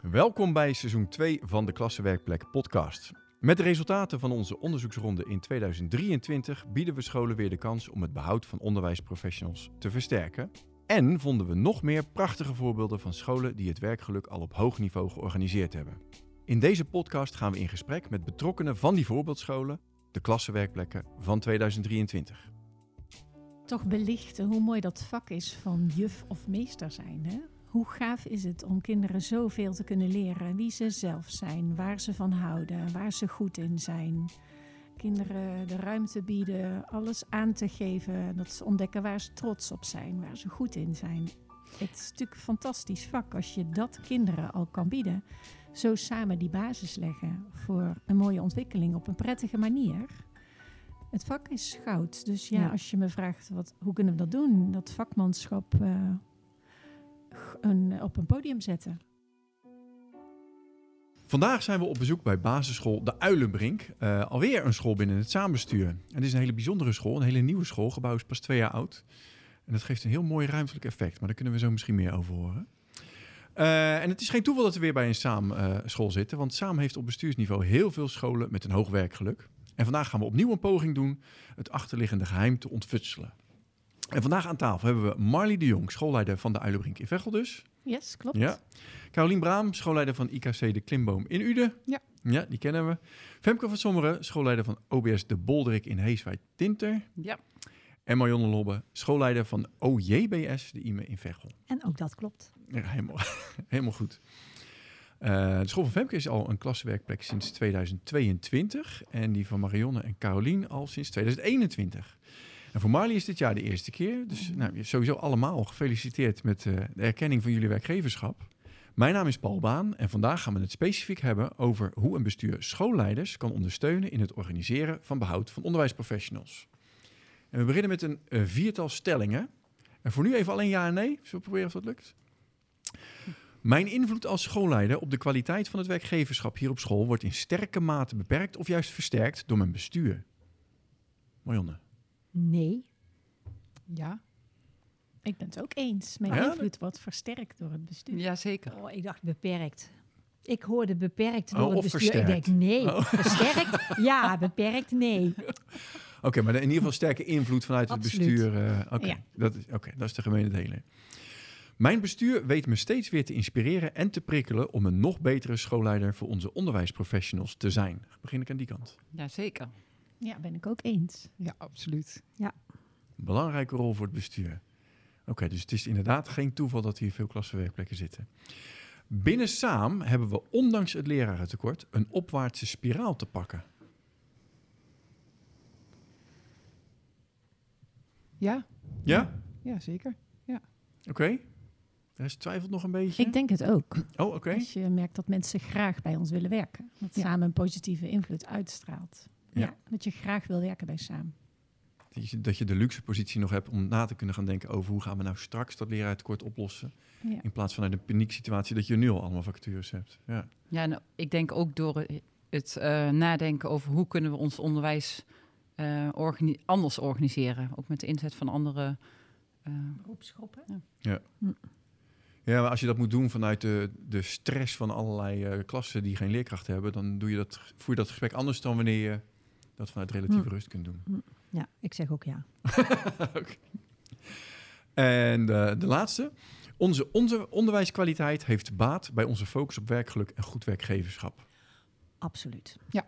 Welkom bij seizoen 2 van de Klassenwerkplek podcast. Met de resultaten van onze onderzoeksronde in 2023 bieden we scholen weer de kans om het behoud van onderwijsprofessionals te versterken. En vonden we nog meer prachtige voorbeelden van scholen die het werkgeluk al op hoog niveau georganiseerd hebben. In deze podcast gaan we in gesprek met betrokkenen van die voorbeeldscholen, de klassenwerkplekken van 2023. Toch belichten hoe mooi dat vak is van juf of meester zijn, hè? Hoe gaaf is het om kinderen zoveel te kunnen leren wie ze zelf zijn, waar ze van houden, waar ze goed in zijn. Kinderen de ruimte bieden, alles aan te geven, dat ze ontdekken waar ze trots op zijn, waar ze goed in zijn. Het is natuurlijk een fantastisch vak als je dat kinderen al kan bieden. Zo samen die basis leggen voor een mooie ontwikkeling op een prettige manier. Het vak is goud, dus ja, als je me vraagt hoe kunnen we dat doen, dat vakmanschap op een podium zetten. Vandaag zijn we op bezoek bij basisschool De Uilenbrink. Alweer een school binnen het saambestuur. En dit is een hele bijzondere school, een hele nieuwe school. Het gebouw is pas 2 jaar oud. En dat geeft een heel mooi ruimtelijk effect. Maar daar kunnen we zo misschien meer over horen. En het is geen toeval dat we weer bij een SAAM-school zitten. Want SAAM heeft op bestuursniveau heel veel scholen met een hoog werkgeluk. En vandaag gaan we opnieuw een poging doen het achterliggende geheim te ontfutselen. En vandaag aan tafel hebben we Marlie de Jong, schoolleider van De Uilenbrink in Veghel dus. Yes, klopt. Ja. Carolien Braam, schoolleider van IKC De Klimboom in Uden. Ja, die kennen we. Femke van Sommeren, schoolleider van OBS De Bolderik in Heeswijk-Tinter. Ja. En Marjonne Lobbe, schoolleider van OJBS De Ime in Veghel. En ook dat klopt. Ja, helemaal goed. De school van Femke is al een klassenwerkplek sinds 2022. En die van Marionne en Carolien al sinds 2021. En voor Marlie is dit jaar de eerste keer. Dus sowieso allemaal gefeliciteerd met de erkenning van jullie werkgeverschap. Mijn naam is Paul Baan en vandaag gaan we het specifiek hebben over hoe een bestuur schoolleiders kan ondersteunen in het organiseren van behoud van onderwijsprofessionals. En we beginnen met een 4-tal stellingen. En voor nu even alleen ja en nee. Zullen we proberen of dat lukt? Mijn invloed als schoolleider op de kwaliteit van het werkgeverschap hier op school wordt in sterke mate beperkt of juist versterkt door mijn bestuur. Marjonne. Nee. Ja. Ik ben het ook eens. Mijn invloed wordt versterkt door het bestuur. Jazeker. Oh, ik dacht beperkt. Ik hoorde beperkt door het bestuur. Versterkt. Ik denk nee. Versterkt? Ja, beperkt? Nee. Oké, maar in ieder geval sterke invloed vanuit het Absoluut. bestuur. Ja. Dat is de gemene delen. Mijn bestuur weet me steeds weer te inspireren en te prikkelen om een nog betere schoolleider voor onze onderwijsprofessionals te zijn. Begin ik aan die kant. Jazeker. Ja, ben ik ook eens. Ja, absoluut. Belangrijke rol voor het bestuur. Oké, dus het is inderdaad geen toeval dat hier veel klassenwerkplekken zitten. Binnen SAAM hebben we ondanks het lerarentekort een opwaartse spiraal te pakken. Ja. Ja? Ja, zeker. Oké. De rest twijfelt nog een beetje. Ik denk het ook. Oh, oké. Als je merkt dat mensen graag bij ons willen werken. Dat samen een positieve invloed uitstraalt. Ja, dat je graag wil werken bij SAAM. Dat je de luxe positie nog hebt om na te kunnen gaan denken over hoe gaan we nou straks dat leraartekort oplossen. Ja. In plaats van uit een panieksituatie dat je nu al allemaal vacatures hebt. Ja. Ja, nou, ik denk ook door het nadenken over hoe kunnen we ons onderwijs anders organiseren. Ook met de inzet van andere Beroepsgroepen. Ja, maar als je dat moet doen vanuit de stress van allerlei klassen die geen leerkracht hebben, dan voer je dat gesprek anders dan wanneer je dat vanuit relatieve rust kunt doen. Ja, ik zeg ook ja. Okay. En de laatste. Onze onderwijskwaliteit heeft baat bij onze focus op werkgeluk en goed werkgeverschap. Absoluut. Ja.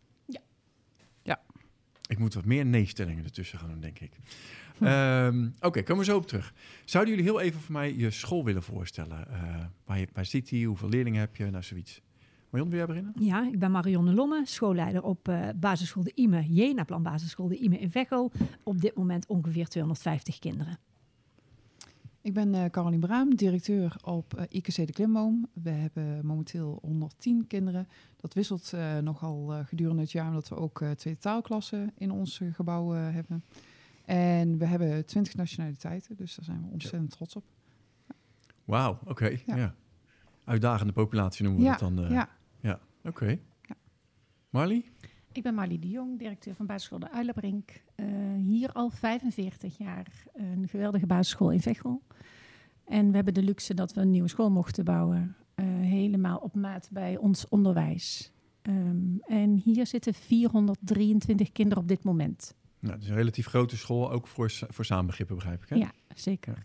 Ik moet wat meer nee-stellingen ertussen gaan doen, denk ik. Oké, komen we zo op terug. Zouden jullie heel even voor mij je school willen voorstellen? Waar zit die? Hoeveel leerlingen heb je? Nou, zoiets. Marjon, wil jij beginnen? Ja, ik ben Marionne Lomme, schoolleider op basisschool De Ime, Jenaplan basisschool De Ime in Veghel. Op dit moment ongeveer 250 kinderen. Ik ben Carolien Braam, directeur op IKC De Klimboom. We hebben momenteel 110 kinderen. Dat wisselt nogal gedurende het jaar, omdat we ook 2 taalklassen in ons gebouw hebben. En we hebben 20 nationaliteiten, dus daar zijn we ontzettend trots op. Wauw, oké. Ja. Ja. Uitdagende populatie noemen we het dan. Ja, oké. Ja. Marlie? Ik ben Marlie de Jong, directeur van basisschool De Uilenbrink. Hier al 45 jaar een geweldige basisschool in Veghel. En we hebben de luxe dat we een nieuwe school mochten bouwen. helemaal op maat bij ons onderwijs. En hier zitten 423 kinderen op dit moment. Nou, het is een relatief grote school, ook voor saambegrippen, begrijp ik. Hè? Ja, zeker.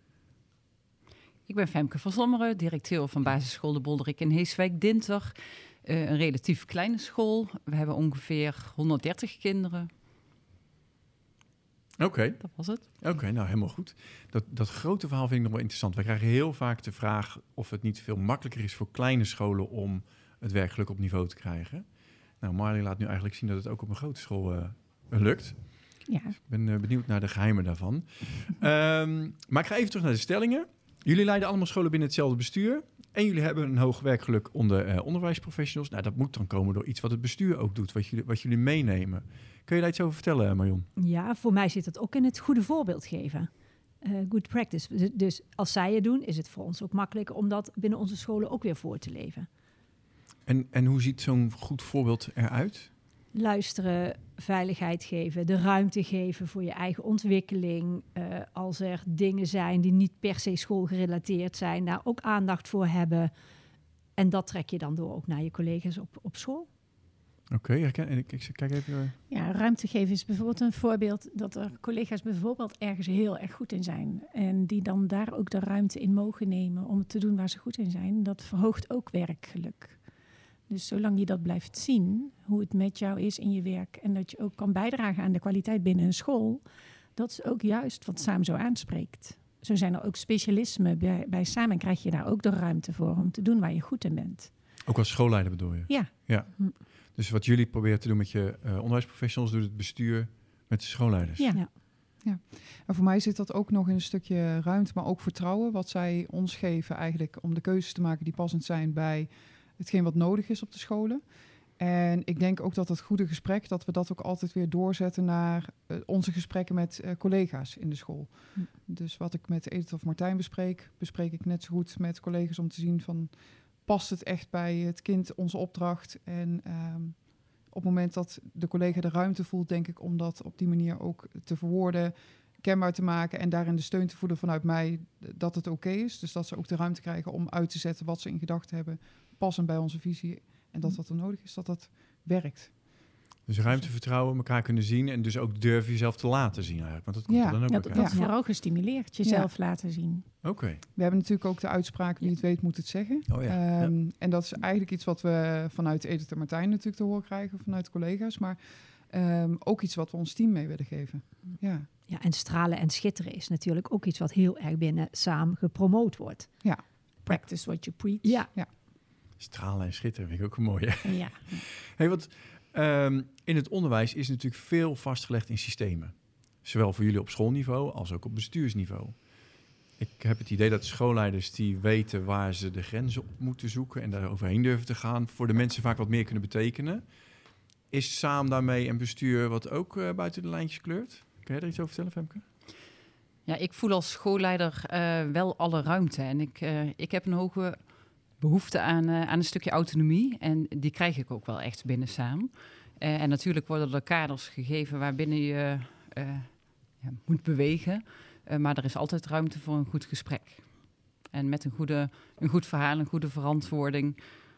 Ik ben Femke van Sommeren, directeur van basisschool De Bolderik in Heeswijk-Dinter. Een relatief kleine school. We hebben ongeveer 130 kinderen. Oké. Dat was het. Oké, nou helemaal goed. Dat grote verhaal vind ik nog wel interessant. Wij krijgen heel vaak de vraag of het niet veel makkelijker is voor kleine scholen om het werkgeluk op niveau te krijgen. Nou, Marley laat nu eigenlijk zien dat het ook op een grote school lukt. Ja. Dus ik ben benieuwd naar de geheimen daarvan. Maar ik ga even terug naar de stellingen. Jullie leiden allemaal scholen binnen hetzelfde bestuur. En jullie hebben een hoog werkgeluk onder onderwijsprofessionals. Nou, dat moet dan komen door iets wat het bestuur ook doet, wat jullie meenemen. Kun je daar iets over vertellen, Marion? Ja, voor mij zit het ook in het goede voorbeeld geven. Good practice. Dus als zij het doen, is het voor ons ook makkelijker om dat binnen onze scholen ook weer voor te leven. En hoe ziet zo'n goed voorbeeld eruit? Luisteren, veiligheid geven, de ruimte geven voor je eigen ontwikkeling. Als er dingen zijn die niet per se schoolgerelateerd zijn, daar ook aandacht voor hebben. En dat trek je dan door ook naar je collega's op school. Oké, ik kijk even. Ja, ruimte geven is bijvoorbeeld een voorbeeld dat er collega's bijvoorbeeld ergens heel erg goed in zijn. En die dan daar ook de ruimte in mogen nemen om te doen waar ze goed in zijn. Dat verhoogt ook werkgeluk. Dus zolang je dat blijft zien, hoe het met jou is in je werk en dat je ook kan bijdragen aan de kwaliteit binnen een school, dat is ook juist wat Saam zo aanspreekt. Zo zijn er ook specialismen bij Saam en krijg je daar ook de ruimte voor om te doen waar je goed in bent. Ook als schoolleider bedoel je? Ja. Dus wat jullie proberen te doen met je onderwijsprofessionals, doet het bestuur met de schoolleiders? Ja. En voor mij zit dat ook nog in een stukje ruimte, maar ook vertrouwen. Wat zij ons geven eigenlijk om de keuzes te maken die passend zijn bij hetgeen wat nodig is op de scholen. En ik denk ook dat het goede gesprek, dat we dat ook altijd weer doorzetten naar onze gesprekken met collega's in de school. Dus wat ik met Edith of Martijn bespreek ik net zo goed met collega's om te zien van, past het echt bij het kind, onze opdracht? En op het moment dat de collega de ruimte voelt, denk ik, om dat op die manier ook te verwoorden, kenbaar te maken en daarin de steun te voelen vanuit mij dat het oké is. Dus dat ze ook de ruimte krijgen om uit te zetten wat ze in gedachten hebben, passend bij onze visie. En dat wat er nodig is, dat dat werkt. Dus ruimte, vertrouwen, elkaar kunnen zien en dus ook durven jezelf te laten zien eigenlijk. Want dat komt er dan ook Ja, uit. dat vooral gestimuleerd, jezelf laten zien. Oké. We hebben natuurlijk ook de uitspraak, wie het weet moet het zeggen. Oh ja. En dat is eigenlijk iets wat we vanuit Edith en Martijn natuurlijk te horen krijgen, vanuit collega's. Maar ook iets wat we ons team mee willen geven. Ja. Ja, en stralen en schitteren is natuurlijk ook iets wat heel erg binnen Saam gepromoot wordt. Ja. Practice what you preach. Ja. Stralen en schitteren vind ik ook een mooie. Ja. Hey, want in het onderwijs is natuurlijk veel vastgelegd in systemen. Zowel voor jullie op schoolniveau als ook op bestuursniveau. Ik heb het idee dat schoolleiders die weten waar ze de grenzen op moeten zoeken en daar overheen durven te gaan, voor de mensen vaak wat meer kunnen betekenen. Is Saam daarmee een bestuur wat ook buiten de lijntjes kleurt? Kun jij er iets over vertellen, Femke? Ja, ik voel als schoolleider wel alle ruimte. En ik heb een hoge behoefte aan een stukje autonomie. En die krijg ik ook wel echt binnen Saam. En natuurlijk worden er kaders gegeven waarbinnen je moet bewegen. Maar er is altijd ruimte voor een goed gesprek. En met een goed verhaal, een goede verantwoording,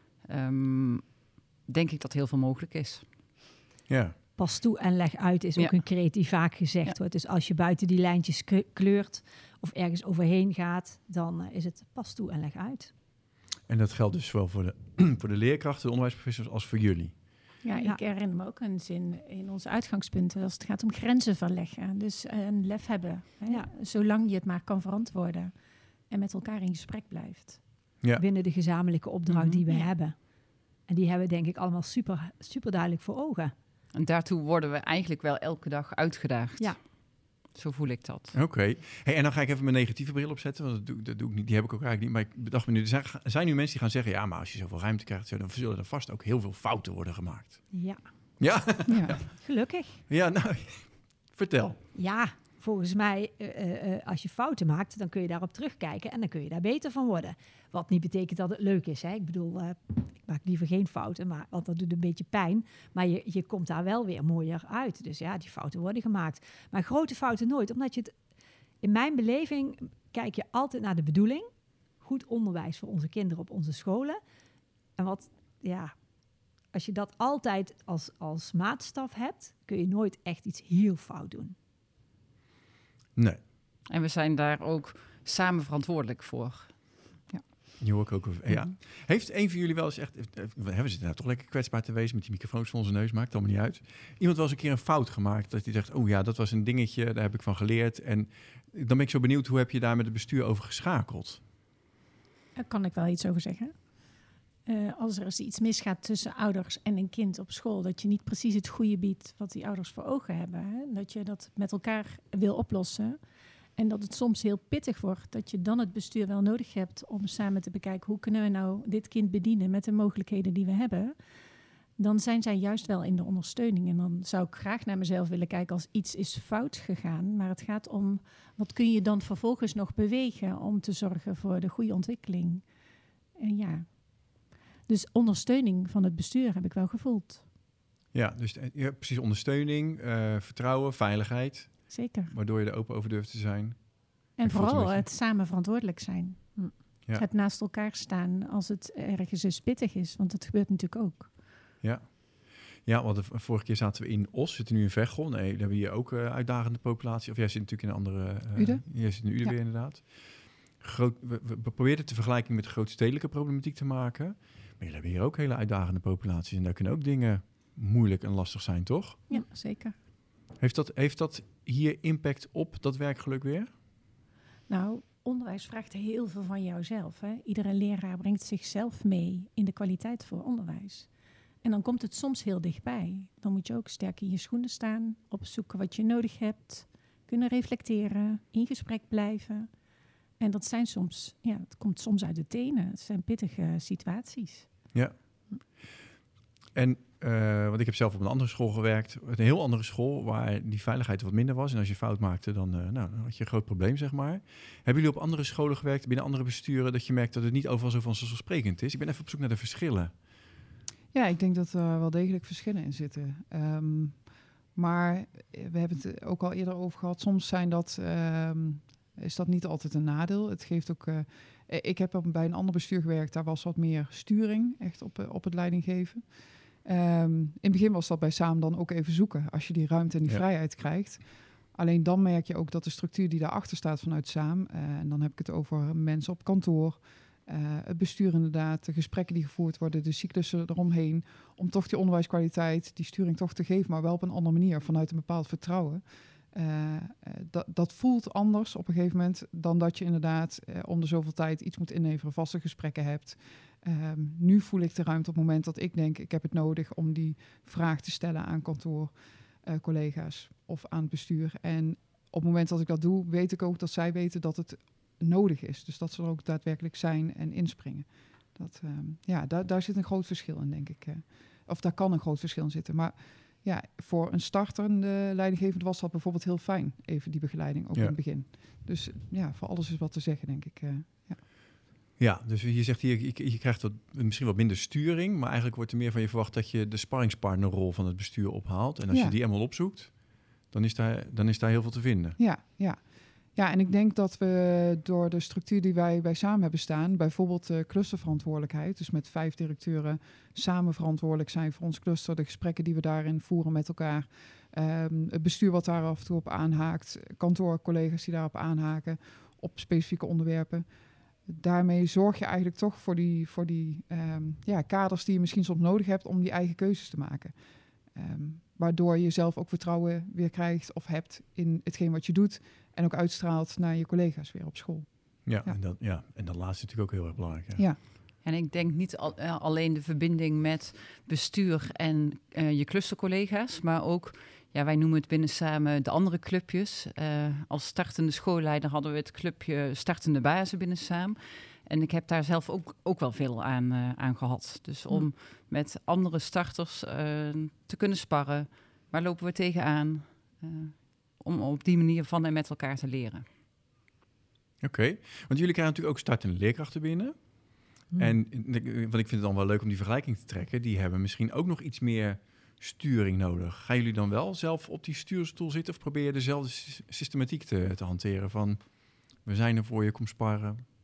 denk ik dat heel veel mogelijk is. Ja. Pas toe en leg uit is ook een kreet die vaak gezegd wordt. Dus als je buiten die lijntjes kleurt of ergens overheen gaat, dan is het pas toe en leg uit. En dat geldt dus zowel voor de leerkrachten, de onderwijsprofessionals, als voor jullie. Ja, ik herinner me ook een zin in onze uitgangspunten als het gaat om grenzen verleggen. Dus een lef hebben, hè? Ja. Zolang je het maar kan verantwoorden en met elkaar in gesprek blijft. Ja. Binnen de gezamenlijke opdracht die we Ja. hebben. En die hebben we denk ik allemaal super, super duidelijk voor ogen. En daartoe worden we eigenlijk wel elke dag uitgedaagd. Ja. Zo voel ik dat. Oké. Hey, en dan ga ik even mijn negatieve bril opzetten, want dat doe ik niet. Die heb ik ook eigenlijk niet. Maar ik bedacht me nu, er zijn nu mensen die gaan zeggen, ja, maar als je zoveel ruimte krijgt, dan zullen er vast ook heel veel fouten worden gemaakt. Ja, Ja? Ja. gelukkig. Ja, nou, vertel. Ja, volgens mij, als je fouten maakt, dan kun je daarop terugkijken en dan kun je daar beter van worden. Wat niet betekent dat het leuk is. Hè? Ik bedoel, ik maak liever geen fouten, want dat doet een beetje pijn. Maar je komt daar wel weer mooier uit. Dus ja, die fouten worden gemaakt. Maar grote fouten nooit, omdat je het, in mijn beleving, kijk je altijd naar de bedoeling. goed onderwijs voor onze kinderen op onze scholen. En als je dat altijd als maatstaf hebt, kun je nooit echt iets heel fout doen. Nee. En we zijn daar ook samen verantwoordelijk voor. Die hoor ik ook over. Ja. Heeft een van jullie wel eens echt... We zitten nou toch lekker kwetsbaar te wezen met die microfoons van onze neus. Maakt allemaal niet uit. Iemand wel eens een keer een fout gemaakt. Dat hij zegt, oh ja, dat was een dingetje. Daar heb ik van geleerd. En dan ben ik zo benieuwd, hoe heb je daar met het bestuur over geschakeld? Daar kan ik wel iets over zeggen. Als er eens iets misgaat tussen ouders en een kind op school, dat je niet precies het goede biedt wat die ouders voor ogen hebben. Hè? Dat je dat met elkaar wil oplossen. En dat het soms heel pittig wordt, dat je dan het bestuur wel nodig hebt om samen te bekijken, hoe kunnen we nou dit kind bedienen met de mogelijkheden die we hebben. Dan zijn zij juist wel in de ondersteuning. En dan zou ik graag naar mezelf willen kijken als iets is fout gegaan. Maar het gaat om, wat kun je dan vervolgens nog bewegen om te zorgen voor de goede ontwikkeling. En ja, dus ondersteuning van het bestuur heb ik wel gevoeld. Ja, dus precies ondersteuning, vertrouwen, veiligheid. Zeker. Waardoor je er open over durft te zijn. En Ik voel vooral het het samen verantwoordelijk zijn. Ja. Het naast elkaar staan als het ergens eens pittig is. Want het gebeurt natuurlijk ook. Ja, want de vorige keer zaten we in Os, we zitten nu in Veghel. Nee, daar hebben we hier ook uitdagende populatie. Of jij zit natuurlijk in een andere... Uden? Jij zit in Uden weer inderdaad. We probeerden de vergelijking met de grootstedelijke problematiek te maken. Maar jullie hebben hier ook hele uitdagende populaties. En daar kunnen ook dingen moeilijk en lastig zijn, toch? Ja, zeker. Heeft dat hier impact op dat werkgeluk weer? Nou, onderwijs vraagt heel veel van jouzelf. Hè? Iedere leraar brengt zichzelf mee in de kwaliteit voor onderwijs. En dan komt het soms heel dichtbij. Dan moet je ook sterk in je schoenen staan, opzoeken wat je nodig hebt, kunnen reflecteren, in gesprek blijven. En dat zijn soms, het komt soms uit de tenen. Het zijn pittige situaties. Ja. En, want ik heb zelf op een andere school gewerkt. Een heel andere school, waar die veiligheid wat minder was. En als je fout maakte, dan had je een groot probleem, zeg maar. Hebben jullie op andere scholen gewerkt, binnen andere besturen, dat je merkt dat het niet overal zo vanzelfsprekend is? Ik ben even op zoek naar de verschillen. Ja, ik denk dat er wel degelijk verschillen in zitten. Maar we hebben het ook al eerder over gehad. Soms is dat niet altijd een nadeel. Het geeft ook... ik heb bij een ander bestuur gewerkt. Daar was wat meer sturing, echt op het leidinggeven. In het begin was dat bij Samen dan ook even zoeken. Als je die ruimte en die vrijheid krijgt. Alleen dan merk je ook dat de structuur die daarachter staat vanuit Samen... en dan heb ik het over mensen op kantoor... het bestuur inderdaad, de gesprekken die gevoerd worden, de cyclussen eromheen, om toch die onderwijskwaliteit, die sturing toch te geven, maar wel op een andere manier, vanuit een bepaald vertrouwen. Dat voelt anders op een gegeven moment dan dat je inderdaad om de zoveel tijd iets moet inleveren, vaste gesprekken hebt. Nu voel ik de ruimte op het moment dat ik denk, ik heb het nodig om die vraag te stellen aan kantoorcollega's of aan het bestuur. En op het moment dat ik dat doe, weet ik ook dat zij weten dat het nodig is. Dus dat ze er ook daadwerkelijk zijn en inspringen. Daar zit een groot verschil in, denk ik. Of daar kan een groot verschil in zitten. Maar ja, voor een startende leidinggevende was dat bijvoorbeeld heel fijn. Even die begeleiding, ook in het begin. Dus voor alles is wat te zeggen, denk ik. Ja, dus je zegt hier, je krijgt misschien wat minder sturing, maar eigenlijk wordt er meer van je verwacht dat je de sparringspartnerrol van het bestuur ophaalt. En als je die eenmaal opzoekt, dan is daar heel veel te vinden. Ja, en ik denk dat we door de structuur die wij bij Samen hebben staan, bijvoorbeeld clusterverantwoordelijkheid, dus met 5 directeuren samen verantwoordelijk zijn voor ons cluster, de gesprekken die we daarin voeren met elkaar, het bestuur wat daar af en toe op aanhaakt, kantoorcollega's die daarop aanhaken, op specifieke onderwerpen. Daarmee zorg je eigenlijk toch voor die kaders die je misschien soms nodig hebt om die eigen keuzes te maken. Waardoor je zelf ook vertrouwen weer krijgt of hebt in hetgeen wat je doet. En ook uitstraalt naar je collega's weer op school. En dat laatste natuurlijk ook heel erg belangrijk. Ja. En ik denk niet alleen de verbinding met bestuur en je clustercollega's, maar ook, wij noemen het binnen Samen de andere clubjes. Als startende schoolleider hadden we het clubje Startende Bazen binnen Samen. En ik heb daar zelf ook wel veel aan gehad. Dus om met andere starters te kunnen sparren. Waar lopen we tegenaan? Om op die manier van en met elkaar te leren. Oké, want jullie krijgen natuurlijk ook startende leerkrachten binnen. En want ik vind het dan wel leuk om die vergelijking te trekken. Die hebben misschien ook nog iets meer sturing nodig. Gaan jullie dan wel zelf op die stuurstoel zitten of probeer je dezelfde systematiek te hanteren van we zijn er voor je, kom sparren?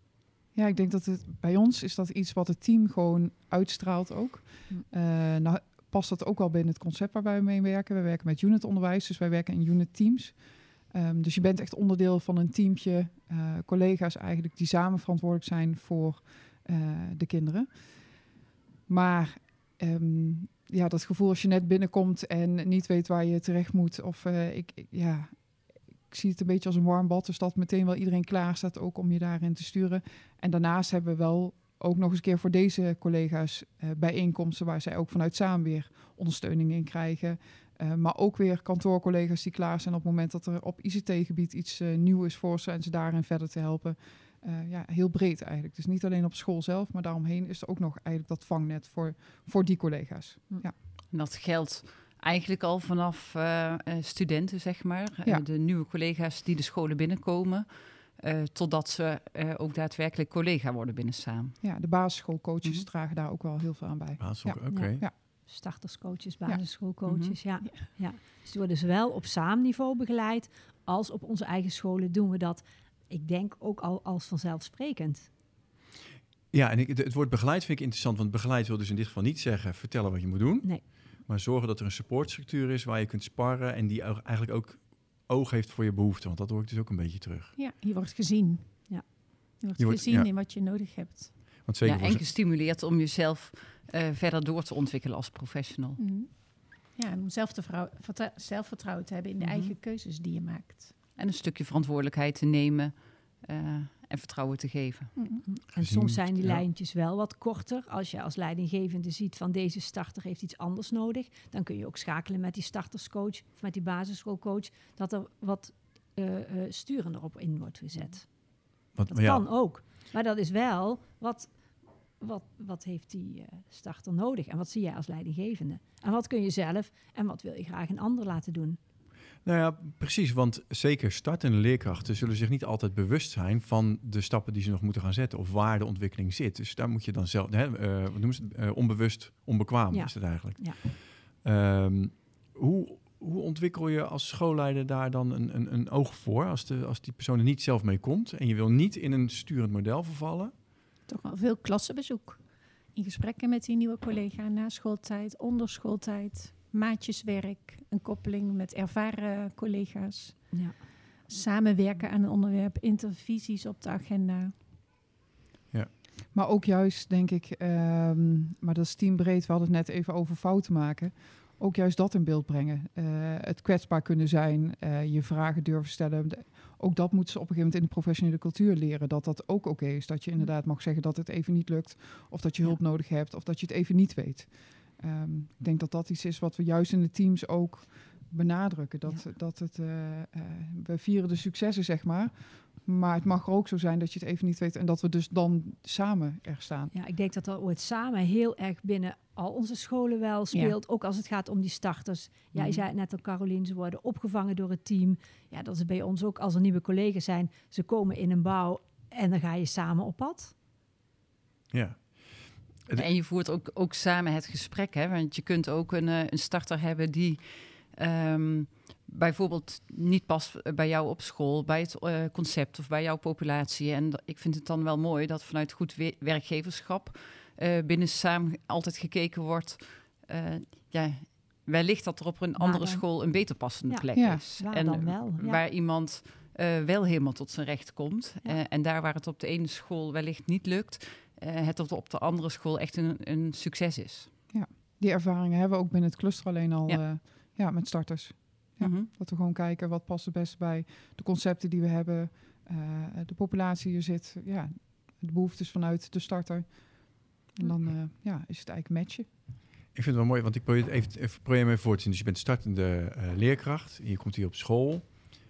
Ja, ik denk dat het bij ons is dat iets wat het team gewoon uitstraalt ook. Nou past dat ook wel binnen het concept waar wij mee werken. We werken met unitonderwijs, dus wij werken in unitteams. Dus je bent echt onderdeel van een teampje, collega's eigenlijk, die samen verantwoordelijk zijn voor de kinderen. Maar dat gevoel als je net binnenkomt en niet weet waar je terecht moet. Of ik zie het een beetje als een warm bad. Dus dat meteen wel iedereen klaar staat ook om je daarin te sturen. En daarnaast hebben we wel ook nog eens een keer voor deze collega's bijeenkomsten waar zij ook vanuit samen weer ondersteuning in krijgen. Maar ook weer kantoorcollega's die klaar zijn op het moment dat er op ICT-gebied iets nieuw is voor ze en ze daarin verder te helpen. Heel breed eigenlijk. Dus niet alleen op school zelf, maar daaromheen is er ook nog eigenlijk dat vangnet voor die collega's. Ja. En dat geldt eigenlijk al vanaf studenten, zeg maar. Ja. De nieuwe collega's die de scholen binnenkomen, totdat ze ook daadwerkelijk collega worden binnen Saam. Ja, de basisschoolcoaches dragen daar ook wel heel veel aan bij. Oké. Ja. Starterscoaches, basisschoolcoaches, ja. Dus die worden zowel op SAAM-niveau begeleid als op onze eigen scholen doen we dat. Ik denk ook al als vanzelfsprekend. Ja, en het woord begeleid vind ik interessant, want begeleid wil dus in dit geval niet zeggen vertellen wat je moet doen. Nee. Maar zorgen dat er een supportstructuur is waar je kunt sparren en die eigenlijk ook oog heeft voor je behoeften. Want dat hoor ik dus ook een beetje terug. Ja, je wordt gezien. Ja. Je wordt gezien in wat je nodig hebt. Want zeker Ja, en gestimuleerd om jezelf verder door te ontwikkelen als professional. Mm. Ja, en om zelfvertrouwen te hebben in de eigen keuzes die je maakt. En een stukje verantwoordelijkheid te nemen en vertrouwen te geven. En soms zijn die lijntjes wel wat korter. Als je als leidinggevende ziet van deze starter heeft iets anders nodig, dan kun je ook schakelen met die starterscoach of met die basisschoolcoach, dat er wat sturender op in wordt gezet. Dat kan ook. Maar dat is wel wat heeft die starter nodig en wat zie jij als leidinggevende? En wat kun je zelf en wat wil je graag een ander laten doen? Nou ja, precies. Want zeker startende leerkrachten zullen zich niet altijd bewust zijn van de stappen die ze nog moeten gaan zetten of waar de ontwikkeling zit. Dus daar moet je dan zelf, wat noemen ze het? Onbewust, onbekwaam is het eigenlijk. Ja. Hoe ontwikkel je als schoolleider daar dan een oog voor als die persoon er niet zelf mee komt en je wil niet in een sturend model vervallen? Toch wel veel klassenbezoek. In gesprekken met die nieuwe collega na schooltijd, onder schooltijd, maatjeswerk, een koppeling met ervaren collega's. Ja. Samenwerken aan een onderwerp, intervisies op de agenda. Ja. Maar ook juist, denk ik, maar dat is teambreed, we hadden het net even over fouten maken. Ook juist dat in beeld brengen. Het kwetsbaar kunnen zijn, je vragen durven stellen. Ook dat moeten ze op een gegeven moment in de professionele cultuur leren. Dat dat ook oké is. Dat je inderdaad mag zeggen dat het even niet lukt. Of dat je hulp nodig hebt. Of dat je het even niet weet. Ik denk dat dat iets is wat we juist in de teams ook benadrukken. We vieren de successen, zeg maar. Maar het mag er ook zo zijn dat je het even niet weet. En dat we dus dan samen er staan. Ja, ik denk dat dat ooit samen heel erg binnen al onze scholen wel speelt. Ja. Ook als het gaat om die starters. Ja, je zei het net al, Carolien, ze worden opgevangen door het team. Ja, dat is bij ons ook als er nieuwe collega's zijn. Ze komen in een bouw en dan ga je samen op pad. Ja. En je voert ook samen het gesprek, hè? Want je kunt ook een starter hebben die bijvoorbeeld niet past bij jou op school, bij het concept of bij jouw populatie. En ik vind het dan wel mooi dat vanuit goed werkgeverschap binnen Saam altijd gekeken wordt, wellicht dat er op een andere school een beter passende plek is. Waar dan wel. Ja. Waar iemand wel helemaal tot zijn recht komt. Ja. En daar waar het op de ene school wellicht niet lukt, het op de andere school echt een succes is. Ja, die ervaringen hebben we ook binnen het cluster alleen al met starters. Ja, dat we gewoon kijken wat past het best bij de concepten die we hebben, de populatie hier zit, de behoeftes vanuit de starter. En dan is het eigenlijk matchen. Ik vind het wel mooi, want ik probeer hem even voor te zien. Dus je bent startende leerkracht, je komt hier op school.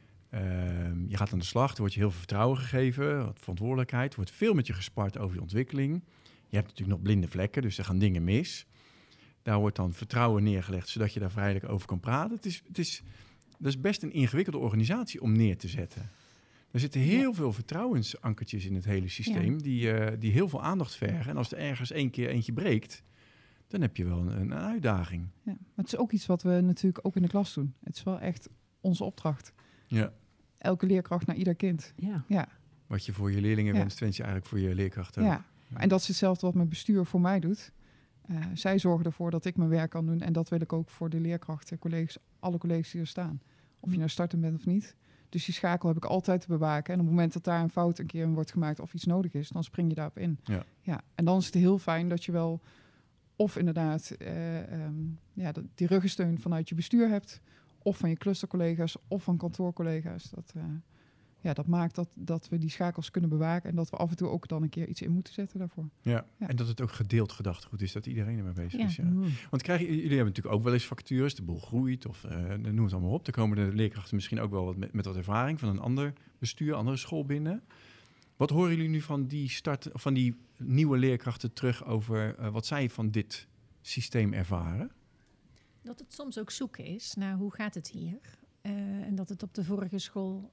Je gaat aan de slag, er wordt je heel veel vertrouwen gegeven, wat verantwoordelijkheid. Er wordt veel met je gespart over je ontwikkeling. Je hebt natuurlijk nog blinde vlekken, dus er gaan dingen mis. Daar wordt dan vertrouwen neergelegd, zodat je daar vrijelijk over kan praten. Dat is best een ingewikkelde organisatie om neer te zetten. Er zitten heel veel vertrouwensankertjes in het hele systeem die heel veel aandacht vergen. En als er ergens eentje breekt, dan heb je wel een uitdaging. Ja, maar het is ook iets wat we natuurlijk ook in de klas doen. Het is wel echt onze opdracht. Ja. Elke leerkracht naar ieder kind. Ja. Wat je voor je leerlingen Ja. wens je eigenlijk voor je leerkrachten. Ja. En dat is hetzelfde wat mijn bestuur voor mij doet. Zij zorgen ervoor dat ik mijn werk kan doen. En dat wil ik ook voor de leerkrachten, collega's, alle collega's die er staan. Of je nou startend bent of niet. Dus die schakel heb ik altijd te bewaken. En op het moment dat daar een fout een keer in wordt gemaakt of iets nodig is, dan spring je daarop in. Ja. En dan is het heel fijn dat je wel of inderdaad die ruggensteun vanuit je bestuur hebt, of van je clustercollega's, of van kantoorcollega's. Dat maakt dat we die schakels kunnen bewaken en dat we af en toe ook dan een keer iets in moeten zetten daarvoor. Ja. Ja. En dat het ook gedeeld gedachtegoed is, dat iedereen ermee bezig Ja. is. Ja. Want jullie hebben natuurlijk ook wel eens vacatures, de boel groeit of noem het allemaal op. Dan komen de leerkrachten misschien ook wel met wat ervaring van een ander bestuur, andere school binnen. Wat horen jullie nu van die van die nieuwe leerkrachten terug over wat zij van dit systeem ervaren? Dat het soms ook zoeken is naar hoe gaat het hier. En dat het op de vorige school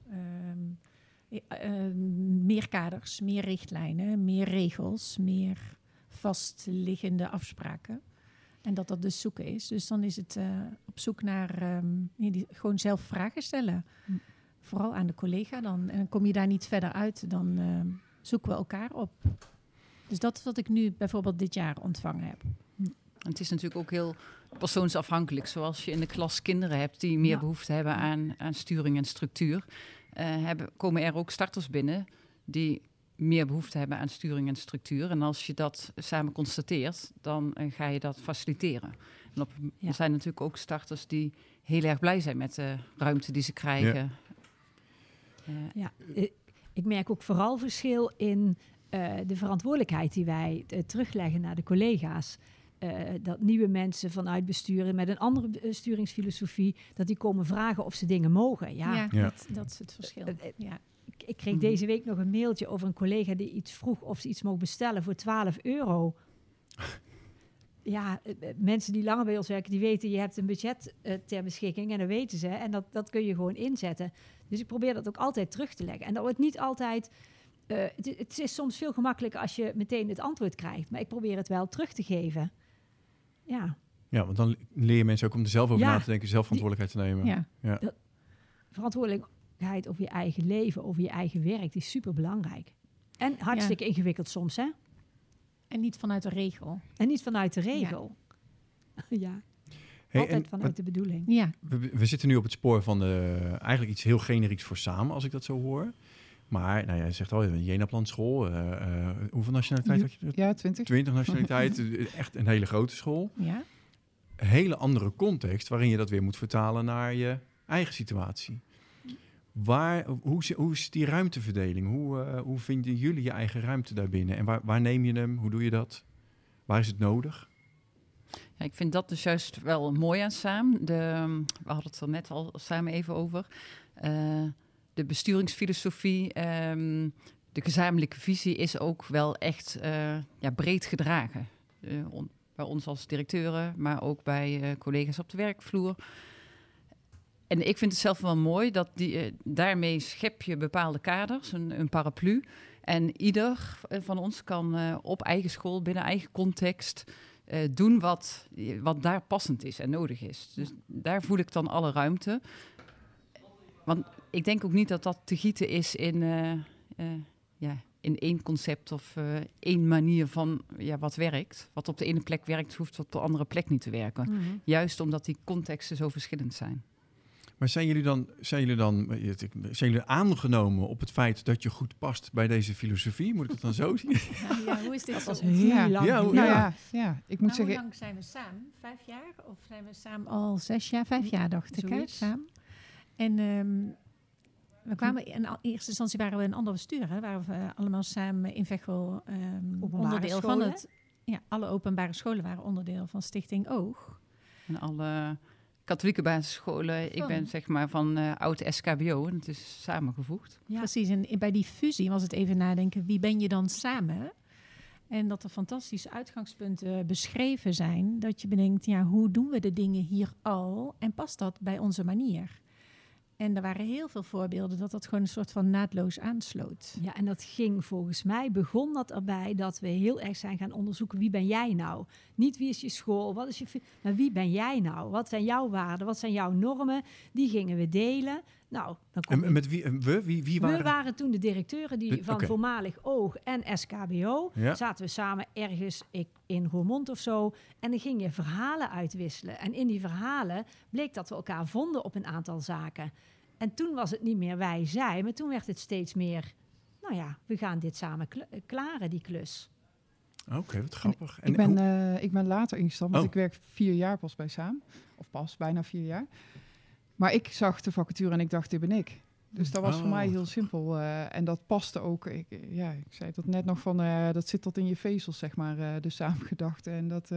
meer kaders, meer richtlijnen, meer regels, meer vastliggende afspraken. En dat dus zoeken is. Dus dan is het op zoek naar gewoon zelf vragen stellen. Vooral aan de collega dan. En dan kom je daar niet verder uit, dan zoeken we elkaar op. Dus dat is wat ik nu bijvoorbeeld dit jaar ontvangen heb. En het is natuurlijk ook heel persoonsafhankelijk. Zoals je in de klas kinderen hebt die meer behoefte hebben aan sturing en structuur. Komen er ook starters binnen die meer behoefte hebben aan sturing en structuur. En als je dat samen constateert, dan ga je dat faciliteren. En er zijn natuurlijk ook starters die heel erg blij zijn met de ruimte die ze krijgen. Ik merk ook vooral verschil in de verantwoordelijkheid die wij terugleggen naar de collega's. Dat nieuwe mensen vanuit besturen met een andere sturingsfilosofie, dat die komen vragen of ze dingen mogen. Ja. Dat is het verschil. Ja. Ik kreeg deze week nog een mailtje over een collega die iets vroeg of ze iets mocht bestellen voor €12. Ja, mensen die langer bij ons werken, die weten, je hebt een budget ter beschikking en dat weten ze. En dat kun je gewoon inzetten. Dus ik probeer dat ook altijd terug te leggen. En dat wordt niet altijd... het is soms veel gemakkelijker als je meteen het antwoord krijgt. Maar ik probeer het wel terug te geven. Ja. Ja, want dan leer je mensen ook om er zelf over na te denken, zelf verantwoordelijkheid te nemen. Ja. Verantwoordelijkheid over je eigen leven, over je eigen werk, die is super belangrijk. En hartstikke ingewikkeld soms, hè? En niet vanuit de regel. En niet vanuit de regel. Ja. Altijd vanuit de bedoeling. Ja. We zitten nu op het spoor van eigenlijk iets heel generieks voor samen, als ik dat zo hoor. Maar, nou ja, je zegt al, een Jenaplan-school. Hoeveel nationaliteit had je? Ja, 20. 20 nationaliteit. Echt een hele grote school. Ja. Een hele andere context waarin je dat weer moet vertalen naar je eigen situatie. Hoe is die ruimteverdeling? Hoe vinden jullie je eigen ruimte daarbinnen? En waar neem je hem? Hoe doe je dat? Waar is het nodig? Ja, ik vind dat dus juist wel mooi aan SAAM. We hadden het er net al samen even over. De besturingsfilosofie, de gezamenlijke visie is ook wel echt breed gedragen. Bij ons als directeuren, maar ook bij collega's op de werkvloer. En ik vind het zelf wel mooi dat daarmee schep je bepaalde kaders, een paraplu. En ieder van ons kan op eigen school, binnen eigen context, doen wat daar passend is en nodig is. Dus daar voel ik dan alle ruimte. Want ik denk ook niet dat dat te gieten is in één concept of één manier van wat werkt. Wat op de ene plek werkt, hoeft op de andere plek niet te werken. Mm-hmm. Juist omdat die contexten zo verschillend zijn. Maar zijn jullie aangenomen op het feit dat je goed past bij deze filosofie? Moet ik dat dan zo zien? Ja, hoe is dit? Dat was zo? heel lang. Ik moet zeggen... Hoe lang zijn we samen? 5 jaar? Of zijn we samen al 6 jaar? 5 jaar, dacht ik, hè, samen. En we kwamen in eerste instantie waren we een ander bestuur. Hè? Waren we allemaal samen in Veghel onderdeel van het... Ja, alle openbare scholen waren onderdeel van Stichting Oog. En alle katholieke basisscholen. Ik ben zeg maar van oud SKBO en het is samengevoegd. Ja. Precies, en bij die fusie was het even nadenken, wie ben je dan samen? En dat er fantastische uitgangspunten beschreven zijn. Dat je bedenkt, hoe doen we de dingen hier al? En past dat bij onze manier? En er waren heel veel voorbeelden dat gewoon een soort van naadloos aansloot. Ja, en dat ging volgens mij, begon dat erbij dat we heel erg zijn gaan onderzoeken, wie ben jij nou? Niet wie is je school, maar wie ben jij nou? Wat zijn jouw waarden, wat zijn jouw normen? Die gingen we delen. Nou, dan kom En met wie waren? We waren toen de directeuren van Oké. voormalig Oog en SKBO. Ja. Zaten we samen ergens in Roermond of zo. En dan ging je verhalen uitwisselen. En in die verhalen bleek dat we elkaar vonden op een aantal zaken. En toen was het niet meer wij, zij. Maar toen werd het steeds meer... Nou ja, we gaan dit samen klaren, die klus. Oké, wat grappig. Ik ben later ingestapt, want Oh. ik werk 4 jaar pas bij Saam. Of pas, bijna 4 jaar. Maar ik zag de vacature en ik dacht, dit ben ik. Dus dat was voor mij heel simpel. En dat paste ook. Ik zei dat net nog van, dat zit tot in je vezels, zeg maar, de Saam-gedachte. En dat,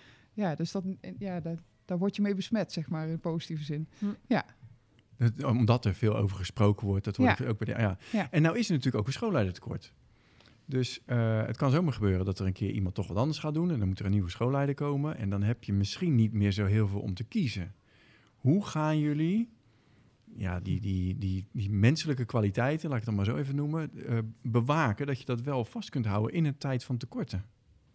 daar word je mee besmet, zeg maar, in positieve zin. Ja. Omdat er veel over gesproken wordt. Dat wordt Ja. ook bij Ja. En nou is er natuurlijk ook een schoolleidertekort. Dus het kan zomaar gebeuren dat er een keer iemand toch wat anders gaat doen. En dan moet er een nieuwe schoolleider komen. En dan heb je misschien niet meer zo heel veel om te kiezen. Hoe gaan jullie die menselijke kwaliteiten, laat ik het dan maar zo even noemen, bewaken, dat je dat wel vast kunt houden in een tijd van tekorten?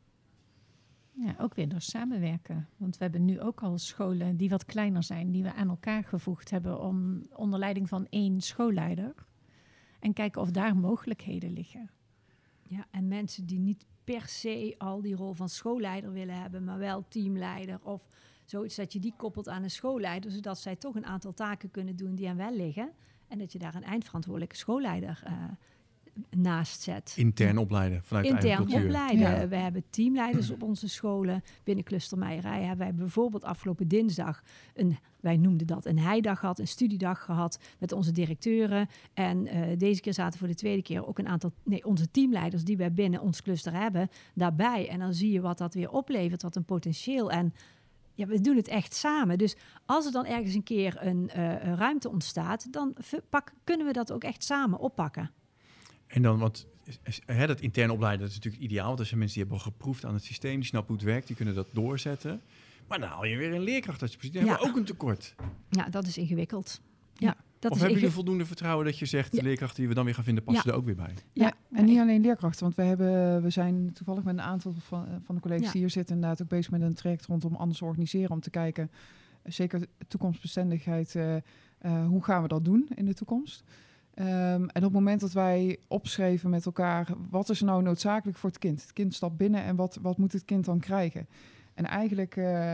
Ja, ook weer door samenwerken. Want we hebben nu ook al scholen die wat kleiner zijn, die we aan elkaar gevoegd hebben onder leiding van 1 schoolleider. En kijken of daar mogelijkheden liggen. Ja, en mensen die niet per se al die rol van schoolleider willen hebben, maar wel teamleider of zoiets, dat je die koppelt aan een schoolleider, zodat zij toch een aantal taken kunnen doen die aan wel liggen. En dat je daar een eindverantwoordelijke schoolleider naast zet. Intern opleiden vanuit de eigen Intern cultuur. opleiden. Ja. We hebben teamleiders op onze scholen. Binnen Cluster Meijerij hebben wij bijvoorbeeld afgelopen dinsdag wij noemden dat een heidag gehad, een studiedag gehad met onze directeuren. En deze keer zaten voor de tweede keer ook onze teamleiders die wij binnen ons cluster hebben, daarbij. En dan zie je wat dat weer oplevert, wat een potentieel. En ja, we doen het echt samen. Dus als er dan ergens een keer een ruimte ontstaat, dan kunnen we dat ook echt samen oppakken. En dan, want dat intern opleiden, dat is natuurlijk ideaal. Want er zijn mensen die hebben al geproefd aan het systeem, die snappen hoe het werkt, die kunnen dat doorzetten. Maar dan haal je weer een leerkracht als je precies. Dan hebben we ook een tekort. Ja, dat is ingewikkeld. Of hebben jullie voldoende vertrouwen dat je zegt, de leerkrachten die we dan weer gaan vinden, passen er ook weer bij? Ja, en niet alleen leerkrachten, want we zijn toevallig met een aantal van de collega's die hier zitten inderdaad ook bezig met een traject rondom anders organiseren, om te kijken, zeker toekomstbestendigheid, hoe gaan we dat doen in de toekomst? En op het moment dat wij opschreven met elkaar, wat is nou noodzakelijk voor het kind? Het kind stapt binnen en wat moet het kind dan krijgen? En eigenlijk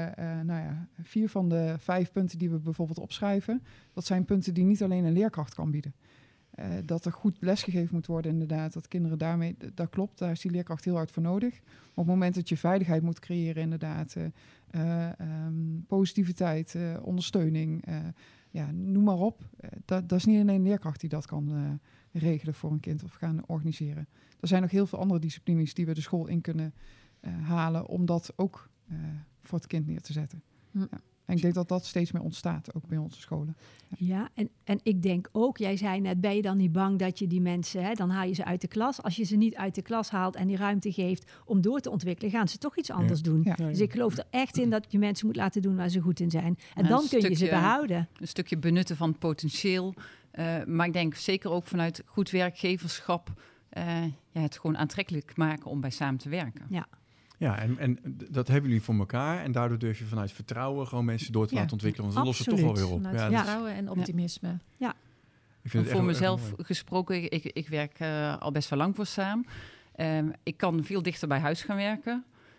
4 van de 5 punten die we bijvoorbeeld opschrijven, dat zijn punten die niet alleen een leerkracht kan bieden. Dat er goed lesgegeven moet worden inderdaad, dat kinderen daarmee, dat klopt, daar is die leerkracht heel hard voor nodig. Maar op het moment dat je veiligheid moet creëren inderdaad, positiviteit, ondersteuning, noem maar op. Dat is niet alleen een leerkracht die dat kan regelen voor een kind of gaan organiseren. Er zijn nog heel veel andere disciplines die we de school in kunnen halen om dat ook voor het kind neer te zetten. Ja. En ik denk dat dat steeds meer ontstaat, ook bij onze scholen. Ja, en ik denk ook, jij zei net, ben je dan niet bang dat je die mensen, dan haal je ze uit de klas. Als je ze niet uit de klas haalt en die ruimte geeft om door te ontwikkelen, gaan ze toch iets anders doen. Ja. Dus ik geloof er echt in dat je mensen moet laten doen waar ze goed in zijn. En dan kun je ze behouden. Een stukje benutten van het potentieel. Maar ik denk zeker ook vanuit goed werkgeverschap het gewoon aantrekkelijk maken om bij samen te werken. Ja. Ja, en dat hebben jullie voor elkaar. En daardoor durf je vanuit vertrouwen gewoon mensen door te laten ontwikkelen. Want ze lossen het toch wel weer op. Vanuit vertrouwen en optimisme. Ja. Ik vind het voor echt mezelf mooi. gesproken, ik werk al best wel lang voor Saam. Ik kan veel dichter bij huis gaan werken.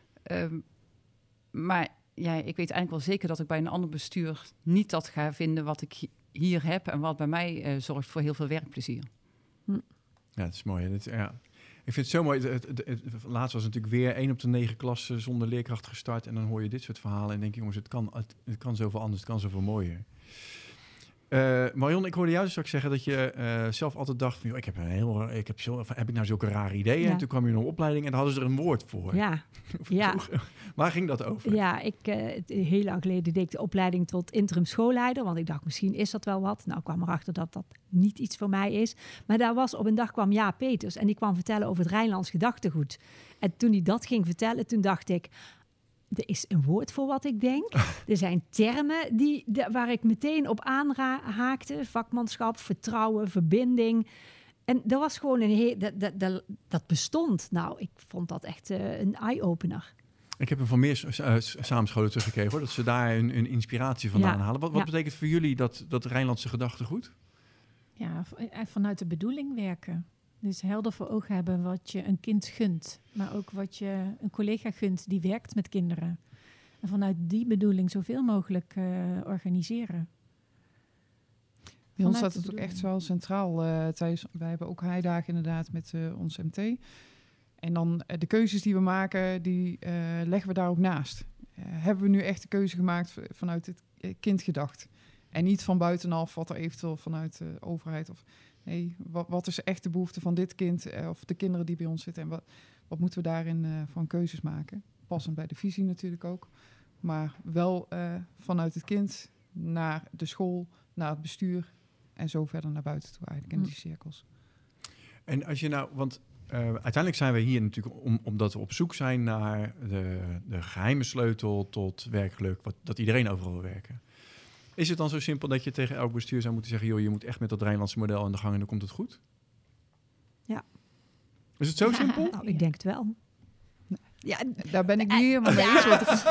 Maar ik weet eigenlijk wel zeker dat ik bij een ander bestuur niet dat ga vinden wat ik hier heb. En wat bij mij zorgt voor heel veel werkplezier. Ja, het is mooi. Ik vind het zo mooi. Laatst was natuurlijk weer 1 op de 9 klassen zonder leerkracht gestart. En dan hoor je dit soort verhalen en denk je, jongens, het kan zoveel anders, het kan zoveel mooier. Marion, ik hoorde jou dus straks zeggen dat je zelf altijd dacht van, heb ik nou zulke rare ideeën? Ja. En toen kwam je in een opleiding en dan hadden ze er een woord voor. Ja. Waar ging dat over? Ja, heel lang geleden deed ik de opleiding tot interim schoolleider, want ik dacht, misschien is dat wel wat. Nou, ik kwam erachter dat dat niet iets voor mij is. Maar daar was op een dag kwam Jaap Peters en die kwam vertellen over het Rijnlands gedachtegoed. En toen hij dat ging vertellen, toen dacht ik, er is een woord voor wat ik denk. Er zijn termen waar ik meteen op aanhaakte. Vakmanschap, vertrouwen, verbinding. En dat was gewoon dat bestond. Nou, ik vond dat echt een eye-opener. Ik heb hem van meer samenscholen teruggekregen, hoor. Dat ze daar een inspiratie vandaan halen. Wat betekent voor jullie dat Rijnlandse gedachtegoed? vanuit de bedoeling werken. Dus helder voor ogen hebben wat je een kind gunt. Maar ook wat je een collega gunt die werkt met kinderen. En vanuit die bedoeling zoveel mogelijk organiseren. Bij ons Vanuit staat de het ook echt bedoeling. wel centraal. Wij hebben ook heidagen inderdaad met ons MT. En dan de keuzes die we maken, die leggen we daar ook naast. Hebben we nu echt de keuze gemaakt vanuit het kind gedacht? En niet van buitenaf, wat er eventueel vanuit de overheid... Nee, wat is echt de behoefte van dit kind of de kinderen die bij ons zitten? En wat moeten we daarin van keuzes maken? Passend bij de visie natuurlijk ook. Maar wel vanuit het kind naar de school, naar het bestuur... en zo verder naar buiten toe eigenlijk in die cirkels. En als je nou, want uiteindelijk zijn we hier natuurlijk omdat we op zoek zijn naar de geheime sleutel tot werkgeluk, dat iedereen overal wil werken. Is het dan zo simpel dat je tegen elk bestuur zou moeten zeggen, joh, je moet echt met dat Rijnlandse model aan de gang en dan komt het goed? Ja. Is het zo simpel? Nou, ik denk het wel. Ja, Daar ben ik niet helemaal mee eens.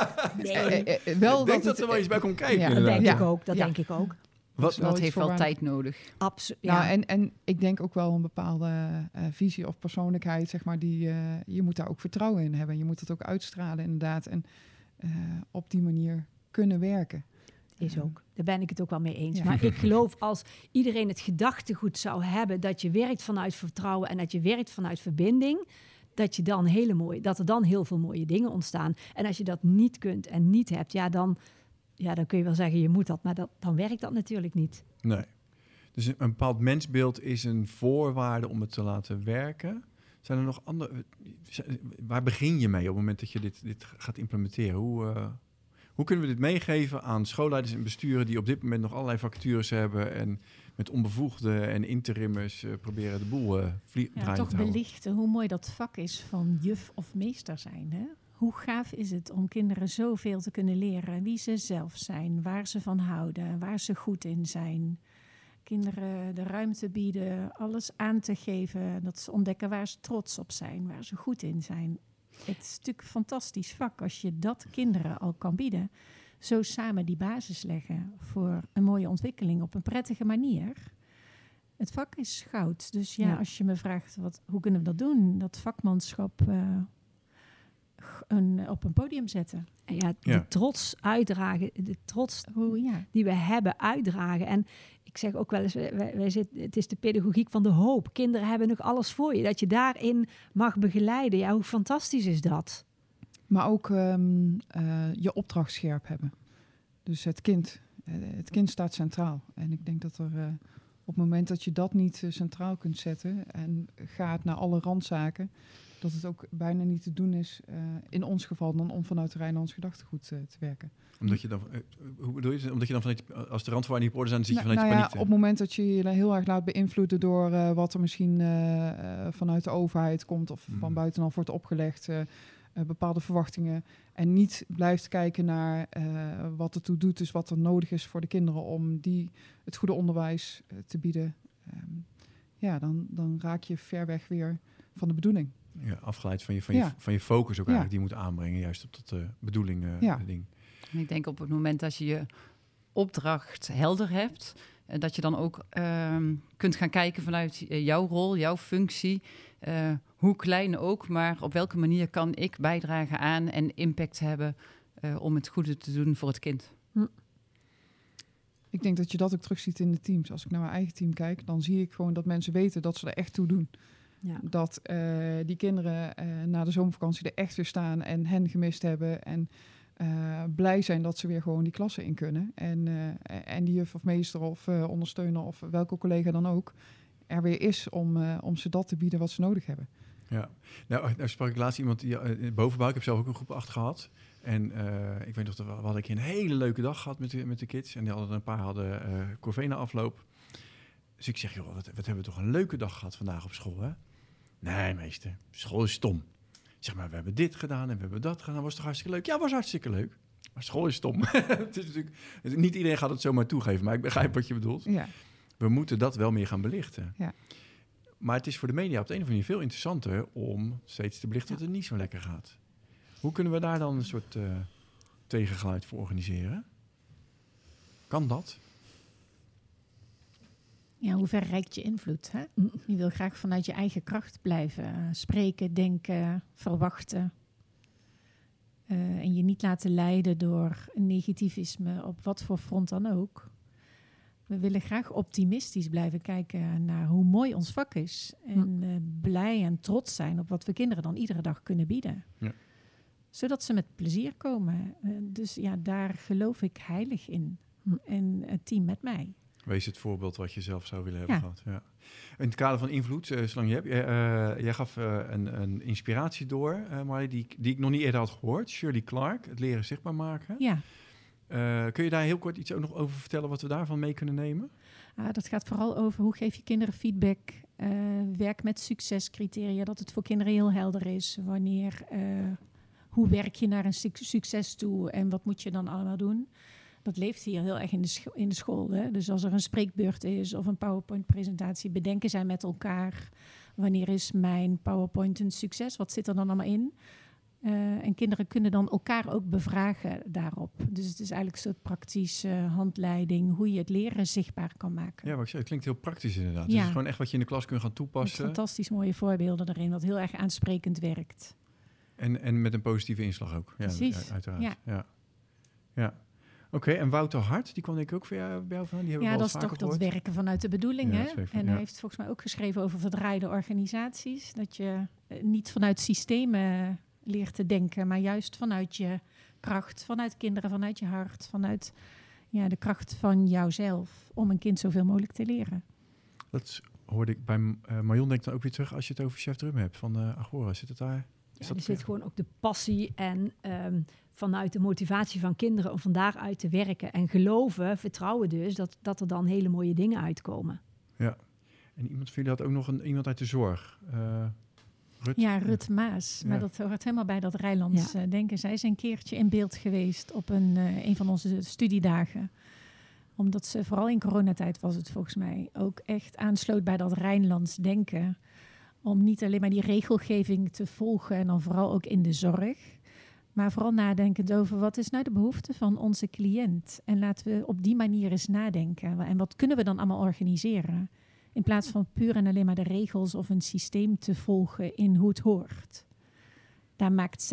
Wel Ik denk dat dat er wel iets bij komt kijken. Ja, dat inderdaad. denk Ja. ik ook. Dat Ja. denk ik ook. Wat, wel Dat iets heeft voor wel waar- tijd nodig. Absoluut. Nou, Ja. en ik denk ook wel een bepaalde visie of persoonlijkheid, zeg maar, die je moet daar ook vertrouwen in hebben. Je moet het ook uitstralen, inderdaad. En op die manier kunnen werken. Is ook. Daar ben ik het ook wel mee eens. Ja. Maar ik geloof als iedereen het gedachtegoed zou hebben dat je werkt vanuit vertrouwen en dat je werkt vanuit verbinding, dat er dan heel veel mooie dingen ontstaan. En als je dat niet kunt en niet hebt, dan kun je wel zeggen je moet dat, maar dan werkt dat natuurlijk niet. Nee. Dus een bepaald mensbeeld is een voorwaarde om het te laten werken. Zijn er nog andere... Waar begin je mee op het moment dat je dit gaat implementeren? Hoe kunnen we dit meegeven aan schoolleiders en besturen die op dit moment nog allerlei vacatures hebben en met onbevoegden en interimmers proberen de boel draaiende toch te houden? belichten hoe mooi dat vak is van juf of meester zijn. Hè? Hoe gaaf is het om kinderen zoveel te kunnen leren wie ze zelf zijn, waar ze van houden, waar ze goed in zijn. Kinderen de ruimte bieden, alles aan te geven, dat ze ontdekken waar ze trots op zijn, waar ze goed in zijn. Het is natuurlijk een fantastisch vak als je dat kinderen al kan bieden. Zo samen die basis leggen voor een mooie ontwikkeling op een prettige manier. Het vak is goud. Dus Ja. als je me vraagt, hoe kunnen we dat doen? Dat vakmanschap op een podium zetten. En ja, Ja. de trots uitdragen, de trots die we hebben uitdragen. En ik zeg ook wel eens, het is de pedagogiek van de hoop. Kinderen hebben nog alles voor je. Dat je daarin mag begeleiden. Ja, hoe fantastisch is dat? Maar ook je opdracht scherp hebben. Dus het kind staat centraal. En ik denk dat er op het moment dat je dat niet centraal kunt zetten en gaat naar alle randzaken, dat het ook bijna niet te doen is, in ons geval, dan om vanuit Rijnlands gedachtegoed te werken. Omdat je dan, hoe bedoel je? Omdat je dan als de randvoorwaarden niet op orde zijn, dan zit je vanuit je paniek. op het moment dat je je heel erg laat beïnvloeden door wat er misschien vanuit de overheid komt of van buitenaf wordt opgelegd, bepaalde verwachtingen, en niet blijft kijken naar wat ertoe doet, dus wat er nodig is voor de kinderen om het goede onderwijs te bieden, dan raak je ver weg weer van de bedoeling. Ja, afgeleid van je focus ook Ja. eigenlijk, die je moet aanbrengen, juist op dat bedoeling ding. En ik denk op het moment dat je je opdracht helder hebt, dat je dan ook kunt gaan kijken vanuit jouw rol, jouw functie, hoe klein ook, maar op welke manier kan ik bijdragen aan en impact hebben om het goede te doen voor het kind. Ik denk dat je dat ook terugziet in de teams. Als ik naar mijn eigen team kijk, dan zie ik gewoon dat mensen weten dat ze er echt toe doen. Ja. Dat die kinderen na de zomervakantie er echt weer staan en hen gemist hebben. En blij zijn dat ze weer gewoon die klassen in kunnen. En die juf of meester of ondersteuner of welke collega dan ook er weer is om ze dat te bieden wat ze nodig hebben. Ja, nou sprak ik laatst iemand die bovenbouw. Ik heb zelf ook een groep 8 gehad. En ik weet nog, we hadden een hele leuke dag gehad met de kids. En die hadden een paar hadden corvée na afloop. Dus ik zeg, joh, wat hebben we toch een leuke dag gehad vandaag op school, hè? Nee, meester, school is stom. Zeg maar, we hebben dit gedaan en we hebben dat gedaan. Was toch hartstikke leuk? Ja, was hartstikke leuk. Maar school is stom. Het is natuurlijk, niet iedereen gaat het zomaar toegeven, maar ik begrijp wat je bedoelt. Ja. We moeten dat wel meer gaan belichten. Ja. Maar het is voor de media op de een of andere manier veel interessanter om steeds te belichten dat het niet zo lekker gaat. Hoe kunnen we daar dan een soort tegengeluid voor organiseren? Kan dat? Ja, hoe ver reikt je invloed? Hè? Je wil graag vanuit je eigen kracht blijven spreken, denken, verwachten. En je niet laten leiden door negativisme op wat voor front dan ook. We willen graag optimistisch blijven kijken naar hoe mooi ons vak is. En blij en trots zijn op wat we kinderen dan iedere dag kunnen bieden. Ja. Zodat ze met plezier komen. Dus ja, daar geloof ik heilig in. En het team met mij. Wees het voorbeeld wat je zelf zou willen hebben Ja. gehad. Ja. In het kader van invloed, zolang je hebt... jij gaf een inspiratie door, Marley, die ik nog niet eerder had gehoord. Shirley Clark, het leren zichtbaar maken. Ja. Kun je daar heel kort iets ook nog over vertellen wat we daarvan mee kunnen nemen? Dat gaat vooral over hoe geef je kinderen feedback. Werk met succescriteria, dat het voor kinderen heel helder is. Hoe werk je naar een succes toe en wat moet je dan allemaal doen? Dat leeft hier heel erg in de school. Hè? Dus als er een spreekbeurt is of een PowerPoint-presentatie, bedenken zij met elkaar: wanneer is mijn PowerPoint een succes? Wat zit er dan allemaal in? En kinderen kunnen dan elkaar ook bevragen daarop. Dus het is eigenlijk een soort praktische handleiding hoe je het leren zichtbaar kan maken. Ja, wat ik zei, het klinkt heel praktisch inderdaad. Ja. Dus het is gewoon echt wat je in de klas kunt gaan Met toepassen. fantastisch mooie voorbeelden erin, wat heel erg aansprekend werkt. En met een positieve inslag ook. Ja, Precies, uiteraard. Ja. Oké, en Wouter Hart, die kwam denk ik ook bij jou van. Die hebben we Ja, wel dat eens is vaker toch dat gehoord. werken vanuit de bedoeling. Ja, Hè? dat is even- En ja. hij heeft volgens mij ook geschreven over verdraaide organisaties. Dat je niet vanuit systemen leert te denken, maar juist vanuit je kracht, vanuit kinderen, vanuit je hart, vanuit de kracht van jouzelf, om een kind zoveel mogelijk te leren. Hoorde ik bij Marion, denk ik dan ook weer terug als je het over Chef Drum hebt van Agora. Zit het daar? Ja, er zit gewoon ook de passie en vanuit de motivatie van kinderen om van daaruit te werken. En geloven, vertrouwen dus, dat er dan hele mooie dingen uitkomen. Ja. En iemand van jullie had ook nog iemand uit de zorg. Rut? Ja, Rut Maas. Maar Ja. dat hoort helemaal bij dat Rijnlands denken. Zij is een keertje in beeld geweest op een van onze studiedagen. Omdat ze, vooral in coronatijd was het volgens mij, ook echt aansloot bij dat Rijnlands denken. Om niet alleen maar die regelgeving te volgen en dan vooral ook in de zorg. Maar vooral nadenkend over wat is nou de behoefte van onze cliënt. En laten we op die manier eens nadenken. En wat kunnen we dan allemaal organiseren? In plaats van puur en alleen maar de regels of een systeem te volgen in hoe het hoort. Daar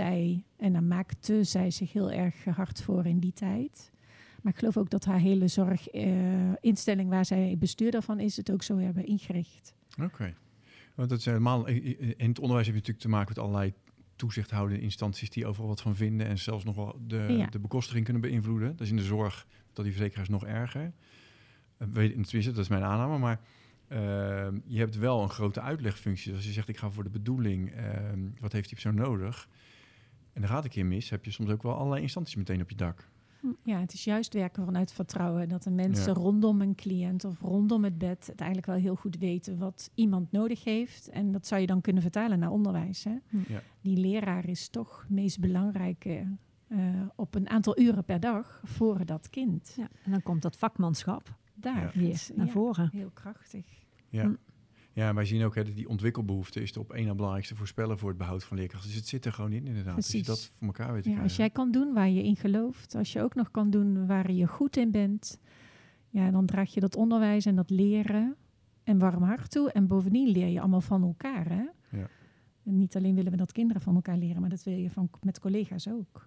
maakte zij zich heel erg hard voor in die tijd. Maar ik geloof ook dat haar hele zorginstelling waar zij bestuurder van is, het ook zo hebben ingericht. Oké. Want dat is helemaal, in het onderwijs heb je natuurlijk te maken met allerlei toezichthoudende instanties die overal wat van vinden en zelfs nog wel de bekostiging kunnen beïnvloeden. Dat is in de zorg, dat die verzekeraars nog erger. Tenminste, dat is mijn aanname, maar je hebt wel een grote uitlegfunctie. Dus als je zegt, ik ga voor de bedoeling, wat heeft die persoon nodig? En dan gaat een keer mis, heb je soms ook wel allerlei instanties meteen op je dak. Ja, het is juist werken vanuit vertrouwen. Dat de mensen rondom een cliënt of rondom het bed het eigenlijk wel heel goed weten wat iemand nodig heeft. En dat zou je dan kunnen vertalen naar onderwijs. Hè? Ja. Die leraar is toch het meest belangrijke op een aantal uren per dag voor dat kind. Ja, en dan komt dat vakmanschap Daar weer naar voren. Heel krachtig. Ja. Ja, wij zien ook dat die ontwikkelbehoefte is de op één na belangrijkste voorspeller voor het behoud van leerkrachten. Dus het zit er gewoon in, inderdaad. Precies. Dus je dat voor elkaar weet te krijgen. Als jij kan doen waar je in gelooft, als je ook nog kan doen waar je goed in bent, dan draag je dat onderwijs en dat leren en warm hart toe. En bovendien leer je allemaal van elkaar. Hè? Ja. En niet alleen willen we dat kinderen van elkaar leren, maar dat wil je met collega's ook.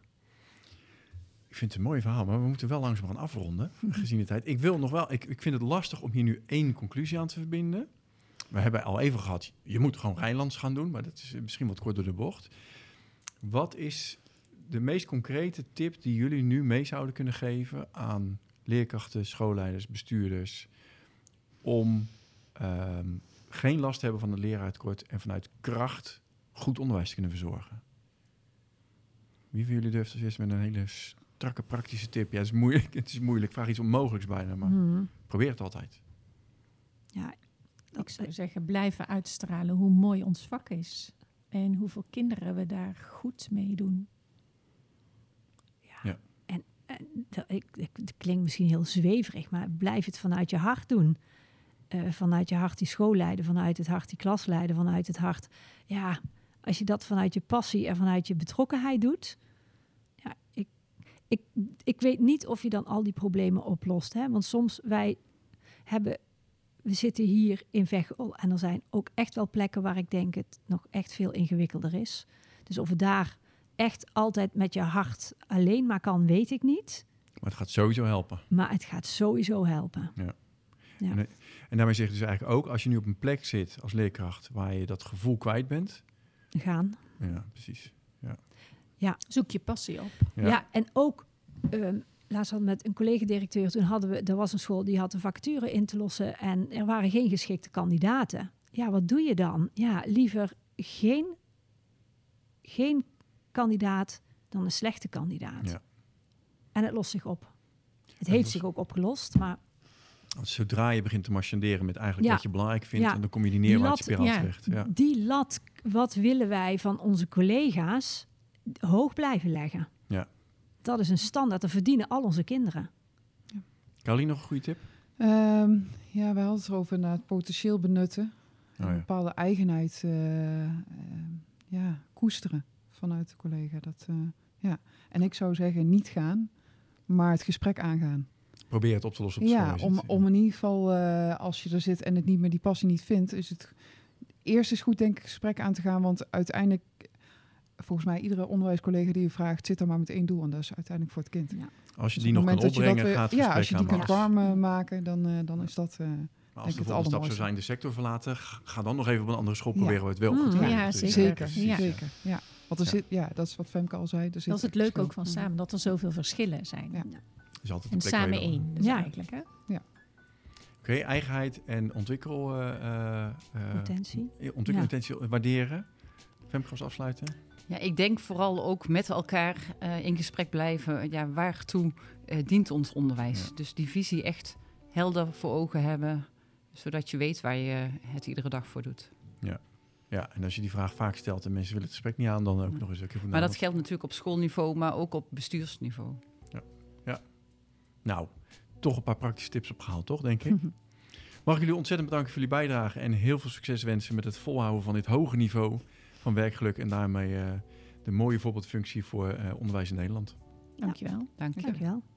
Ik vind het een mooi verhaal, maar we moeten wel langzaam gaan afronden, gezien de tijd. Ik vind het lastig om hier nu één conclusie aan te verbinden. We hebben al even gehad, je moet gewoon Rijnlands gaan doen, maar dat is misschien wat kort door de bocht. Wat is de meest concrete tip die jullie nu mee zouden kunnen geven aan leerkrachten, schoolleiders, bestuurders, om geen last te hebben van het leraartekort en vanuit kracht goed onderwijs te kunnen verzorgen? Wie van jullie durft als eerst met een hele strakke praktische tip? Ja, het is moeilijk. Ik vraag iets onmogelijks bijna, maar probeer het altijd. Ja, Ik zou zeggen, blijven uitstralen hoe mooi ons vak is. En hoeveel kinderen we daar goed mee doen. Ja. En het klinkt misschien heel zweverig, maar blijf het vanuit je hart doen. Vanuit je hart die school leiden, vanuit het hart die klas leiden, vanuit het hart. Ja, als je dat vanuit je passie en vanuit je betrokkenheid doet. Ja, ik weet niet of je dan al die problemen oplost. Hè? Want soms wij hebben we zitten hier in Veghel en er zijn ook echt wel plekken waar ik denk het nog echt veel ingewikkelder is. Dus of het daar echt altijd met je hart alleen maar kan, weet ik niet. Maar het gaat sowieso helpen. Maar het gaat sowieso helpen. Ja. Ja. En daarmee zeg je dus eigenlijk ook, als je nu op een plek zit als leerkracht waar je dat gevoel kwijt bent. Gaan. Ja, precies. Zoek je passie op. Ja, en ook laatst had met een collega-directeur, er was een school die had een vacature in te lossen en er waren geen geschikte kandidaten. Ja, wat doe je dan? Ja, liever geen kandidaat dan een slechte kandidaat. Ja. En het lost zich op. Het heeft zich ook opgelost, maar Zodra je begint te marchanderen met eigenlijk wat je belangrijk vindt, Ja. en dan kom je die neerwaartse Die spiraal lat, terecht. Ja. die lat, wat willen wij van onze collega's, hoog blijven leggen. Ja. Dat is een standaard, dat verdienen al onze kinderen. Carolien, nog een goede tip? Ja, wij hadden het erover naar het potentieel benutten. Oh, ja. Een bepaalde eigenheid koesteren vanuit de collega. En ik zou zeggen, niet gaan, maar het gesprek aangaan. Probeer het op te lossen op school. Ja, is het. om in ieder geval, als je er zit en het niet meer die passie niet vindt, is het eerst is goed, denk ik, gesprek aan te gaan. Want uiteindelijk, volgens mij, iedere onderwijscollega die je vraagt, zit er maar met één doel. En dat is uiteindelijk voor het kind. Ja. Als je Dus die op nog het kan moment dat je opbrengen, dat gaat het weer- gesprek als je die gaan. kunt Maar warm maken, dan is dat... als denk de het volgende stap zou allermooiste. zijn de sector verlaten, ga dan nog even op een andere school Ja. proberen we het wel goed te Ja, krijgen. Dus, zeker. precies. Ja. Zeker, ja. Want er Ja. zit, dat is wat Femke al zei. Er zit Dat is het echt leuke verschil. ook van samen, dat er zoveel verschillen zijn. Ja. Is altijd En de plek waar je samen wil. één, dus Ja. eigenlijk. Hè? Oké, eigenheid en Potentie. ontwikkelintentie waarderen. Femke, gaan we afsluiten? Ja, ik denk vooral ook met elkaar in gesprek blijven. Ja, waartoe dient ons onderwijs? Ja. Dus die visie echt helder voor ogen hebben, zodat je weet waar je het iedere dag voor doet. Ja, en als je die vraag vaak stelt en mensen willen het gesprek niet aan, dan ook nog eens een keer goed Maar dat nadenken. geldt natuurlijk op schoolniveau, maar ook op bestuursniveau. Nou, toch een paar praktische tips opgehaald, toch, denk ik? Mag ik jullie ontzettend bedanken voor jullie bijdrage en heel veel succes wensen met het volhouden van dit hoge niveau van werkgeluk en daarmee de mooie voorbeeldfunctie voor onderwijs in Nederland. Dankjewel. Dank je. Dankjewel.